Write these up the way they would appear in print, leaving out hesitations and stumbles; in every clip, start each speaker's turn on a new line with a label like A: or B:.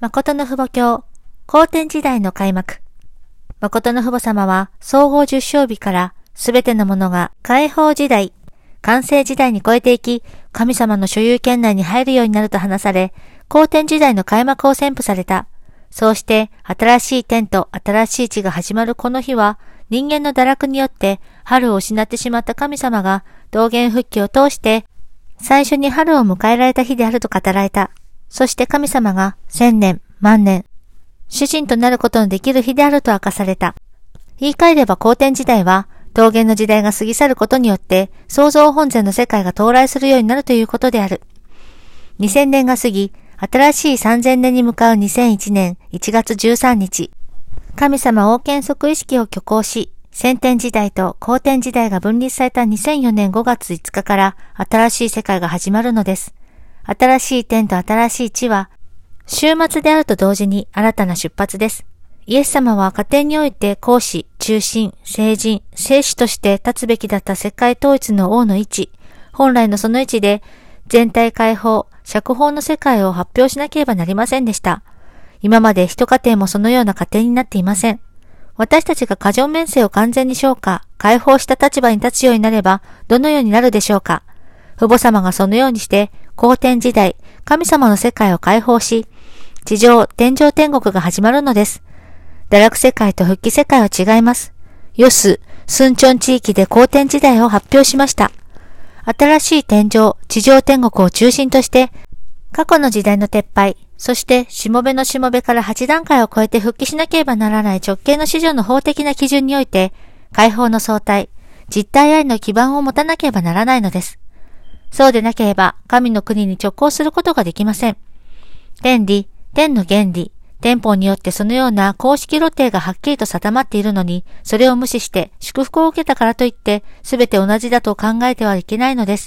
A: 誠の父母教、皇天時代の開幕。誠の父母様は総合十章日からすべてのものが開放時代、完成時代に超えていき、神様の所有権内に入るようになると話され、皇天時代の開幕を宣布された。そうして新しい天と新しい地が始まるこの日は、人間の堕落によって春を失ってしまった神様が道元復帰を通して最初に春を迎えられた日であると語られた。そして神様が千年、万年、主人となることのできる日であると明かされた。言い換えれば皇天時代は道元の時代が過ぎ去ることによって創造本然の世界が到来するようになるということである。2000年が過ぎ、新しい3000年に向かう2001年1月13日、神様王権即意識を挙行し、先天時代と後天時代が分立された2004年5月5日から新しい世界が始まるのです。新しい天と新しい地は、終末であると同時に新たな出発です。イエス様は家庭において皇嗣、中心、聖人、聖子として立つべきだった世界統一の王の位置、本来のその位置で全体解放、釈放の世界を発表しなければなりませんでした。今まで一家庭もそのような家庭になっていません。私たちが過剰面世を完全に消化、解放した立場に立つようになれば、どのようになるでしょうか。父母様がそのようにして、皇天時代、神様の世界を解放し、地上、天上天国が始まるのです。堕落世界と復帰世界は違います。ヨス、スンチョン地域で皇天時代を発表しました。新しい天上、地上天国を中心として、過去の時代の撤廃、そしてしもべのしもべから8段階を超えて復帰しなければならない直系の子女の法的な基準において、解放の相対、実体ありの基盤を持たなければならないのです。そうでなければ神の国に直行することができません。天理、天の原理、天法によってそのような公式露呈がはっきりと定まっているのに、それを無視して祝福を受けたからといって、すべて同じだと考えてはいけないのです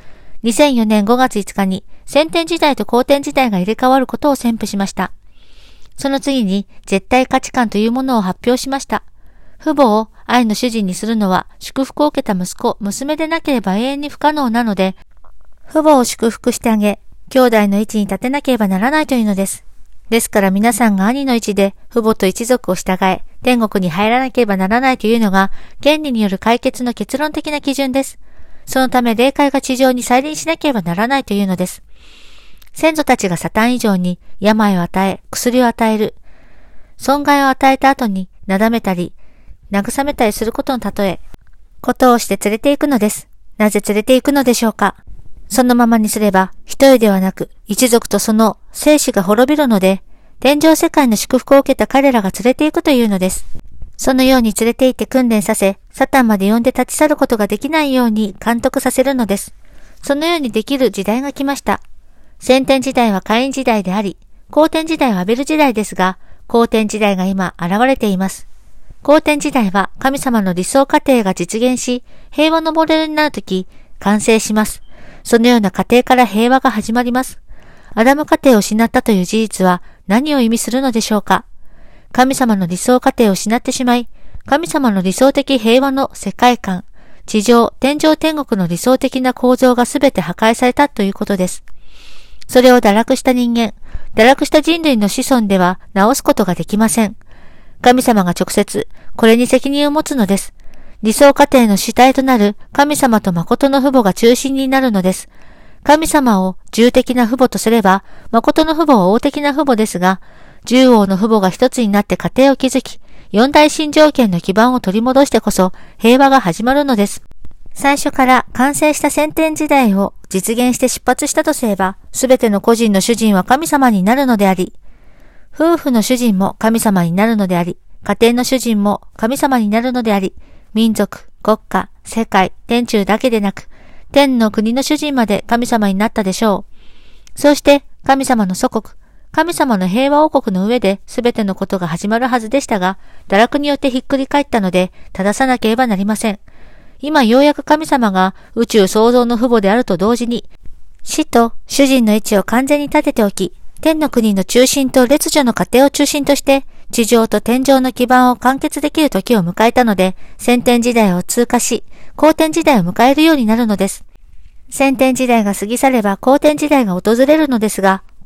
A: 。2004年5月5日に、先天時代と後天時代が入れ替わることを宣布しました。その次に、絶対価値観というものを発表しました。父母を愛の主人にするのは、祝福を受けた息子、娘でなければ永遠に不可能なので、父母を祝福してあげ、兄弟の位置に立てなければならないというのです。ですから皆さんが兄の位置で父母と一族を従え、天国に入らなければならないというのが、原理による解決の結論的な基準です。そのため霊界が地上に再臨しなければならないというのです。先祖たちがサタン以上に病を与え、薬を与える。損害を与えた後になだめたり、慰めたりすることの例え、ことをして連れて行くのです。なぜ連れて行くのでしょうか。そのままにすれば、一人ではなく、一族とその生死が滅びるので、天上世界の祝福を受けた彼らが連れて行くというのです。そのように連れて行って訓練させ、サタンまで呼んで立ち去ることができないように監督させるのです。そのようにできる時代が来ました。先天時代はカイン時代であり、後天時代はアベル時代ですが、後天時代が今現れています。後天時代は神様の理想家庭が実現し、平和のモデルになるとき、完成します。そのような家庭から平和が始まります。アダム家庭を失ったという事実は何を意味するのでしょうか。神様の理想家庭を失ってしまい、神様の理想的平和の世界観、地上、天上天国の理想的な構造がすべて破壊されたということです。それを堕落した人間、堕落した人類の子孫では直すことができません。神様が直接、これに責任を持つのです。理想家庭の主体となる神様と誠の父母が中心になるのです。神様を従的な父母とすれば、誠の父母は王的な父母ですが、従王の父母が一つになって家庭を築き、四大新条件の基盤を取り戻してこそ平和が始まるのです。最初から完成した先天時代を実現して出発したとすれば、すべての個人の主人は神様になるのであり、夫婦の主人も神様になるのであり、家庭の主人も神様になるのであり、民族、国家、世界、天中だけでなく、天の国の主人まで神様になったでしょう。そして神様の祖国、神様の平和王国の上で全てのことが始まるはずでしたが、堕落によってひっくり返ったので、正さなければなりません。今ようやく神様が宇宙創造の父母であると同時に、死と主人の位置を完全に立てておき、天の国の中心と列女の家庭を中心として、地上と天上の基盤を完結できる時を迎えたので、先天時代を通過し、後天時代を迎えるようになるのです。先天時代が過ぎ去れば後天時代が訪れるのですが、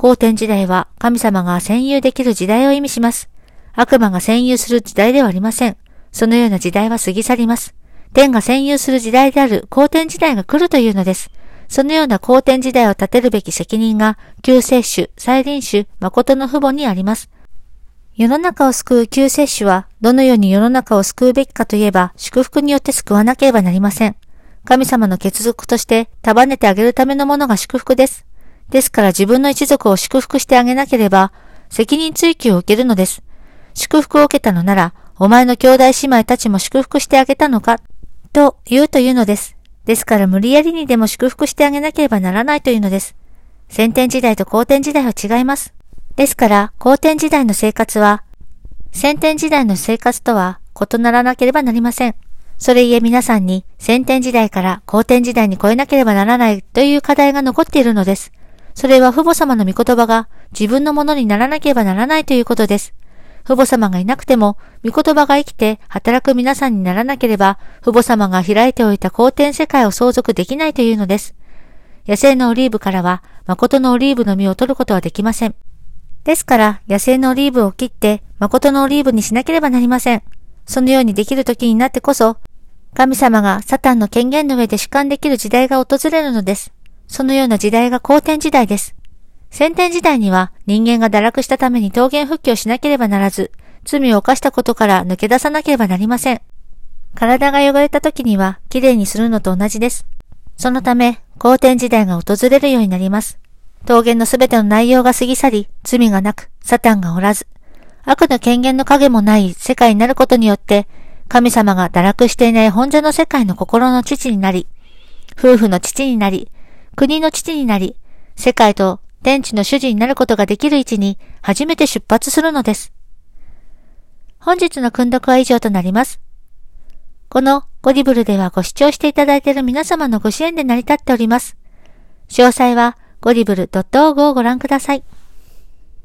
A: 後天時代は神様が占有できる時代を意味します。悪魔が占有する時代ではありません。そのような時代は過ぎ去ります。天が占有する時代である後天時代が来るというのです。そのような後天時代を立てるべき責任が救世主、再臨主、誠の父母にあります。世の中を救う救世主はどのように世の中を救うべきかといえば祝福によって救わなければなりません。神様の血族として束ねてあげるためのものが祝福です。ですから自分の一族を祝福してあげなければ責任追及を受けるのです。祝福を受けたのならお前の兄弟姉妹たちも祝福してあげたのかというのです。ですから無理やりにでも祝福してあげなければならないというのです。先天時代と後天時代は違います。ですから後天時代の生活は先天時代の生活とは異ならなければなりません。それゆえ皆さんに先天時代から後天時代に超えなければならないという課題が残っているのです。それは父母様の御言葉が自分のものにならなければならないということです。父母様がいなくても、御言葉が生きて働く皆さんにならなければ、父母様が開いておいた後天世界を相続できないというのです。野生のオリーブからは、誠のオリーブの実を取ることはできません。ですから、野生のオリーブを切って、誠のオリーブにしなければなりません。そのようにできる時になってこそ、神様がサタンの権限の上で主観できる時代が訪れるのです。そのような時代が後天時代です。先天時代には人間が堕落したために桃源復帰をしなければならず、罪を犯したことから抜け出さなければなりません。体が汚れた時にはきれいにするのと同じです。そのため、後天時代が訪れるようになります。桃源のすべての内容が過ぎ去り、罪がなく、サタンがおらず、悪の権限の影もない世界になることによって、神様が堕落していない本所の世界の心の父になり、夫婦の父になり、国の父になり、世界と天地の主人になることができる位置に初めて出発するのです。本日の訓読は以上となります。このゴディブルではご視聴していただいている皆様のご支援で成り立っております。詳細はゴディブル.orgをご覧ください。